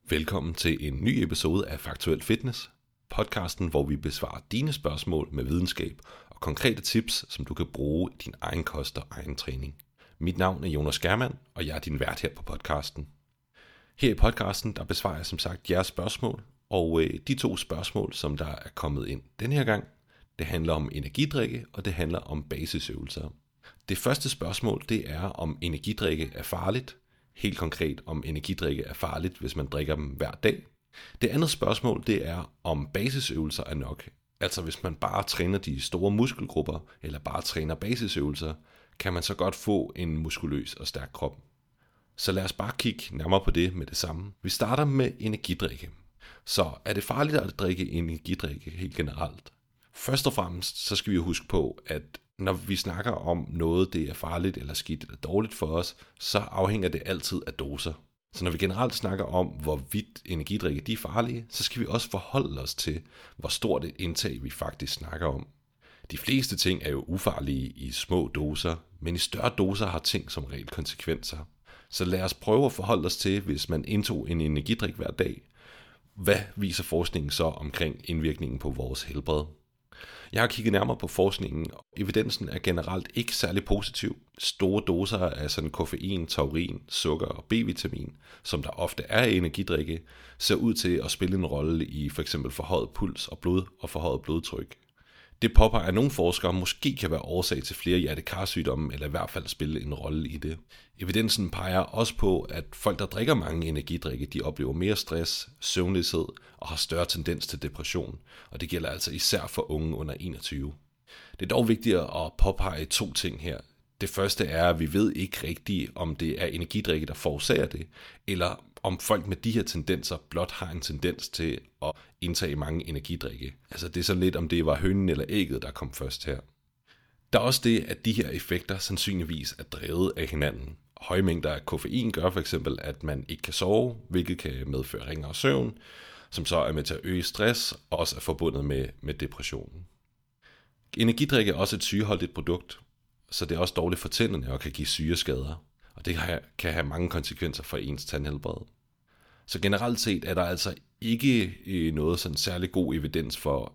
Velkommen til en ny episode af Faktuel Fitness, podcasten, hvor vi besvarer dine spørgsmål med videnskab og konkrete tips, som du kan bruge i din egen kost og egen træning. Mit navn er Jonas Germann, og jeg er din vært her på podcasten. Her i podcasten, der besvarer jeg som sagt jeres spørgsmål, og de to spørgsmål, som der er kommet ind denne her gang, det handler om energidrikke, og det handler om basisøvelser. Det første spørgsmål, det er om energidrikke er farligt. Helt konkret, om energidrikke er farligt, hvis man drikker dem hver dag. Det andet spørgsmål, det er, om basisøvelser er nok. Altså hvis man bare træner de store muskelgrupper, eller bare træner basisøvelser, kan man så godt få en muskuløs og stærk krop. Så lad os bare kigge nærmere på det med det samme. Vi starter med energidrikke. Så er det farligt at drikke energidrikke helt generelt? Først og fremmest, så skal vi huske på, at når vi snakker om noget, det er farligt eller skidt eller dårligt for os, så afhænger det altid af doser. Så når vi generelt snakker om, hvorvidt energidrikke de er farlige, så skal vi også forholde os til, hvor stort et indtag vi faktisk snakker om. De fleste ting er jo ufarlige i små doser, men i større doser har ting som regel konsekvenser. Så lad os prøve at forholde os til, hvis man indtog en energidrik hver dag. Hvad viser forskningen så omkring indvirkningen på vores helbred? Jeg har kigget nærmere på forskningen, og evidensen er generelt ikke særlig positiv. Store doser af sådan koffein, taurin, sukker og B-vitamin, som der ofte er i energidrikke, ser ud til at spille en rolle i f.eks. forhøjet puls og forhøjet blodtryk. Det påpeger, at nogle forskere måske kan være årsag til flere hjertekarsygdomme, eller i hvert fald spille en rolle i det. Evidensen peger også på, at folk, der drikker mange energidrikke, de oplever mere stress, søvnløshed og har større tendens til depression. Og det gælder altså især for unge under 21. Det er dog vigtigt at påpege to ting her. Det første er, at vi ved ikke rigtigt, om det er energidrikke, der forårsager det, eller om folk med de her tendenser blot har en tendens til at indtage mange energidrikke. Altså det er så lidt, om det var hønen eller ægget, der kom først her. Der er også det, at de her effekter sandsynligvis er drevet af hinanden. Høje mængder af koffein gør for eksempel, at man ikke kan sove, hvilket kan medføre ringere søvn, som så er med til at øge stress og også er forbundet med depressionen. Energidrikke er også et syreholdigt produkt, så det er også dårligt for tænderne og kan give syreskader. Og det kan have mange konsekvenser for ens tandhelbred. Så generelt set er der altså ikke noget sådan særlig god evidens for,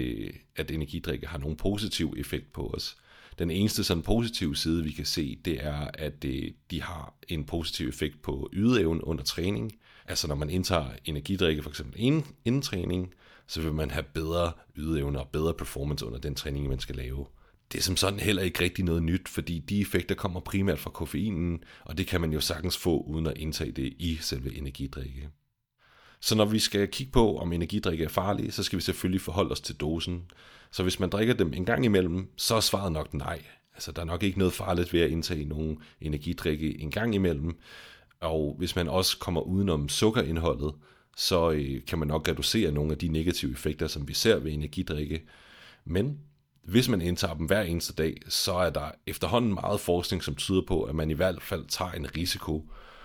at energidrikke har nogen positiv effekt på os. Den eneste sådan positive side, vi kan se, det er, at de har en positiv effekt på ydeevnen under træning. Altså når man indtager energidrikke, for eksempel inden træning, så vil man have bedre ydeevne og bedre performance under den træning, man skal lave. Det er som sådan heller ikke rigtig noget nyt, fordi de effekter kommer primært fra koffeinen, og det kan man jo sagtens få uden at indtage det i selve energidrikke. Så når vi skal kigge på, om energidrikke er farlige, så skal vi selvfølgelig forholde os til dosen. Så hvis man drikker dem en gang imellem, så er svaret nok nej. Altså der er nok ikke noget farligt ved at indtage nogle energidrikke en gang imellem. Og hvis man også kommer udenom sukkerindholdet, så kan man nok reducere nogle af de negative effekter, som vi ser ved energidrikke. Men hvis man indtager dem hver eneste dag, så er der efterhånden meget forskning, som tyder på, at man i hvert fald tager en risiko.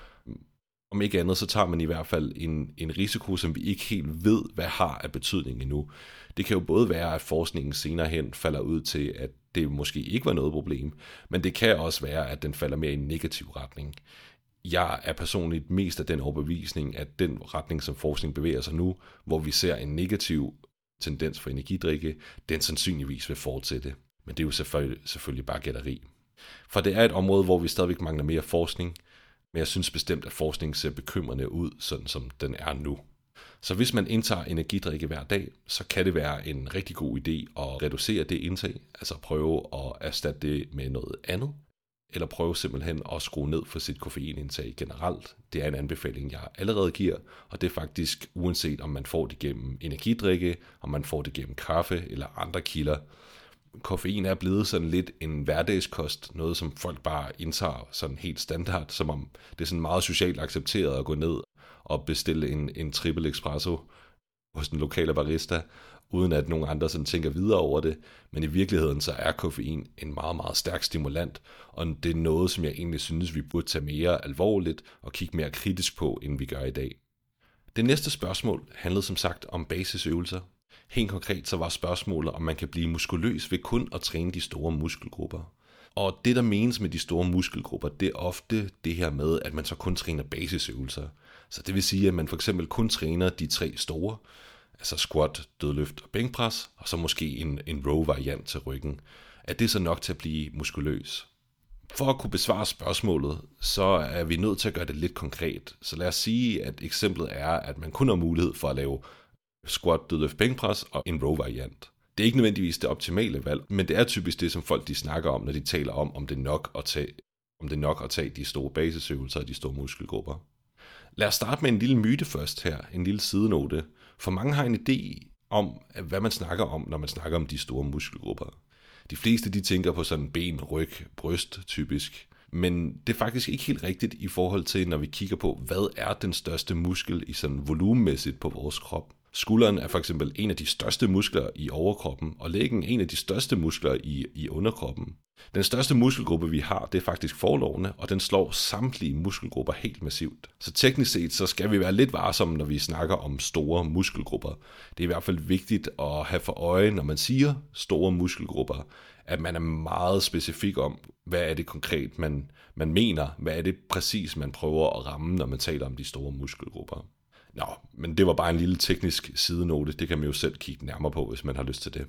Om ikke andet, så tager man i hvert fald en risiko, som vi ikke helt ved, hvad har af betydning endnu. Det kan jo både være, at forskningen senere hen falder ud til, at det måske ikke var noget problem, men det kan også være, at den falder mere i en negativ retning. Jeg er personligt mest af den overbevisning, at den retning, som forskning bevæger sig nu, hvor vi ser en negativ tendens for energidrikke, den sandsynligvis vil fortsætte. Men det er jo selvfølgelig bare gætteri. For det er et område, hvor vi stadigvæk mangler mere forskning, men jeg synes bestemt, at forskningen ser bekymrende ud, sådan som den er nu. Så hvis man indtager energidrikke hver dag, så kan det være en rigtig god idé at reducere det indtag, altså prøve at erstatte det med noget andet, eller prøve simpelthen at skrue ned for sit koffeinindtag generelt. Det er en anbefaling, jeg allerede giver, og det er faktisk uanset om man får det gennem energidrikke, om man får det gennem kaffe eller andre kilder. Koffein er blevet sådan lidt en hverdagskost, noget som folk bare indtager sådan helt standard, som om det er sådan meget socialt accepteret at gå ned og bestille en triple espresso hos den lokale barista, uden at nogen andre sådan tænker videre over det. Men i virkeligheden så er koffein en meget, meget stærk stimulant, og det er noget, som jeg egentlig synes, vi burde tage mere alvorligt og kigge mere kritisk på, end vi gør i dag. Det næste spørgsmål handlede som sagt om basisøvelser. Helt konkret så var spørgsmålet, om man kan blive muskuløs ved kun at træne de store muskelgrupper. Og det, der menes med de store muskelgrupper, det er ofte det her med, at man så kun træner basisøvelser. Så det vil sige, at man for eksempel kun træner de 3 store, altså squat, dødløft og bænkpres, og så måske en row-variant til ryggen. Er det så nok til at blive muskuløs? For at kunne besvare spørgsmålet, så er vi nødt til at gøre det lidt konkret. Så lad os sige, at eksemplet er, at man kun har mulighed for at lave squat, dødløft, bænkpres og en row-variant. Det er ikke nødvendigvis det optimale valg, men det er typisk det, som folk de snakker om, når de taler om det er nok at tage de store basisøvelser og de store muskelgrupper. Lad os starte med en lille myte først her, en lille sidenote. For mange har en idé om, hvad man snakker om, når man snakker om de store muskelgrupper. De fleste de tænker på sådan ben, ryg, bryst typisk. Men det er faktisk ikke helt rigtigt i forhold til, når vi kigger på, hvad er den største muskel i sådan volumenmæssigt på vores krop. Skulderen er for eksempel en af de største muskler i overkroppen, og læggen en af de største muskler i underkroppen. Den største muskelgruppe, vi har, det er faktisk forlovene, og den slår samtlige muskelgrupper helt massivt. Så teknisk set, så skal vi være lidt varsomme, når vi snakker om store muskelgrupper. Det er i hvert fald vigtigt at have for øje, når man siger store muskelgrupper, at man er meget specifik om, hvad er det konkret, man mener, hvad er det præcis, man prøver at ramme, når man taler om de store muskelgrupper. Nå, men det var bare en lille teknisk sidenote, det kan man jo selv kigge nærmere på, hvis man har lyst til det.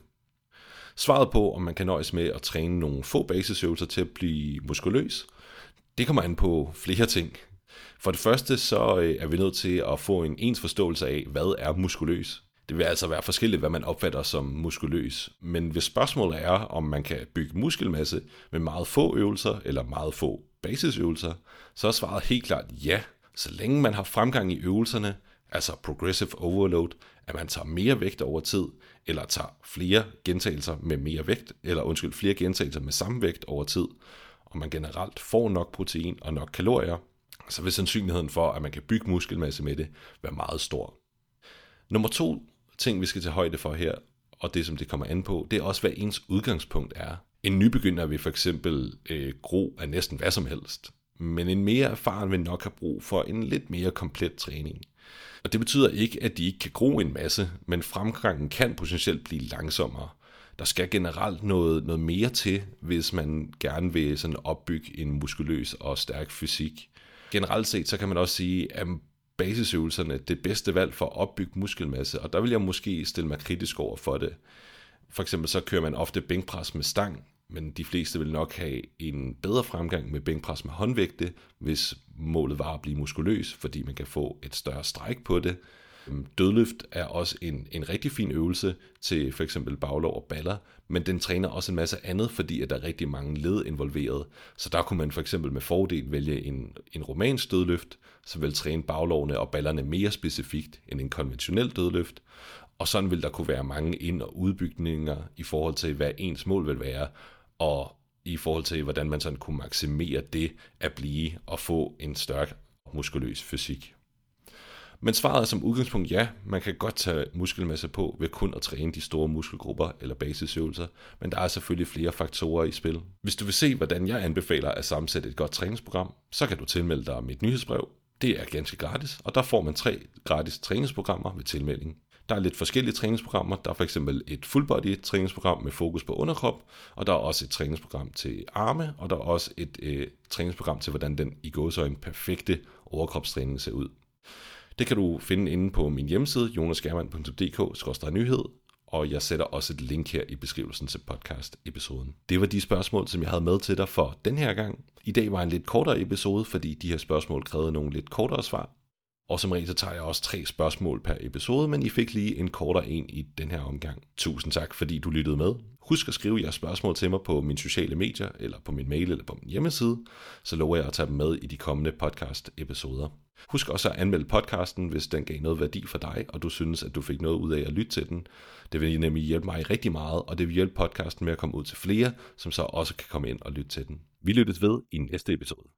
Svaret på, om man kan nøjes med at træne nogle få basisøvelser til at blive muskuløs, det kommer an på flere ting. For det første så er vi nødt til at få en ens forståelse af, hvad er muskuløs. Det vil altså være forskelligt, hvad man opfatter som muskuløs. Men hvis spørgsmålet er, om man kan bygge muskelmasse med meget få øvelser eller meget få basisøvelser, så er svaret helt klart ja. Så længe man har fremgang i øvelserne, altså progressive overload, at man tager mere vægt over tid, eller tager flere gentagelser med mere vægt, eller flere gentagelser med samme vægt over tid, og man generelt får nok protein og nok kalorier, så vil sandsynligheden for, at man kan bygge muskelmasse med det, være meget stor. Nummer 2 ting, vi skal tage højde for her, og det som det kommer an på, det er også, hvad ens udgangspunkt er. En nybegynder vil for eksempel gro af næsten hvad som helst, men en mere erfaren vil nok have brug for en lidt mere komplet træning. Og det betyder ikke, at de ikke kan gro en masse, men fremgangen kan potentielt blive langsommere. Der skal generelt noget mere til, hvis man gerne vil sådan opbygge en muskuløs og stærk fysik. Generelt set, så kan man også sige, at basisøvelserne er det bedste valg for at opbygge muskelmasse, og der vil jeg måske stille mig kritisk over for det. For eksempel så kører man ofte bænkpres med stang, men de fleste vil nok have en bedre fremgang med bænkpres med håndvægte, hvis målet var at blive muskuløs, fordi man kan få et større stræk på det. Dødløft er også en rigtig fin øvelse til for eksempel baglov og baller, men den træner også en masse andet, fordi at der er rigtig mange led involveret. Så der kunne man for eksempel med fordel vælge en romansk dødløft, som vil træne baglovene og ballerne mere specifikt end en konventionel dødløft. Og sådan vil der kunne være mange ind- og udbygninger i forhold til, hvad ens mål vil være, og i forhold til, hvordan man sådan kunne maksimere det at blive og få en stærk muskuløs fysik. Men svaret er som udgangspunkt ja, man kan godt tage muskelmasse på ved kun at træne de store muskelgrupper eller basisøvelser, men der er selvfølgelig flere faktorer i spil. Hvis du vil se, hvordan jeg anbefaler at sammensætte et godt træningsprogram, så kan du tilmelde dig mit nyhedsbrev. Det er ganske gratis, og der får man 3 gratis træningsprogrammer ved tilmelding. Der er lidt forskellige træningsprogrammer. Der er for eksempel et full body træningsprogram med fokus på underkrop, og der er også et træningsprogram til arme, og der er også et træningsprogram til, hvordan den i gåseøjne perfekte overkropstræning ser ud. Det kan du finde inde på min hjemmeside, jonasgermann.dk/nyhed, og jeg sætter også et link her i beskrivelsen til podcast-episoden. Det var de spørgsmål, som jeg havde med til dig for den her gang. I dag var en lidt kortere episode, fordi de her spørgsmål krævede nogle lidt kortere svar. Og som regel så tager jeg også 3 spørgsmål per episode, men I fik lige en kortere en i den her omgang. Tusind tak, fordi du lyttede med. Husk at skrive jeres spørgsmål til mig på mine sociale medier, eller på min mail, eller på min hjemmeside, så lover jeg at tage dem med i de kommende podcast-episoder. Husk også at anmelde podcasten, hvis den gav noget værdi for dig, og du synes, at du fik noget ud af at lytte til den. Det vil nemlig hjælpe mig rigtig meget, og det vil hjælpe podcasten med at komme ud til flere, som så også kan komme ind og lytte til den. Vi lyttes ved i næste episode.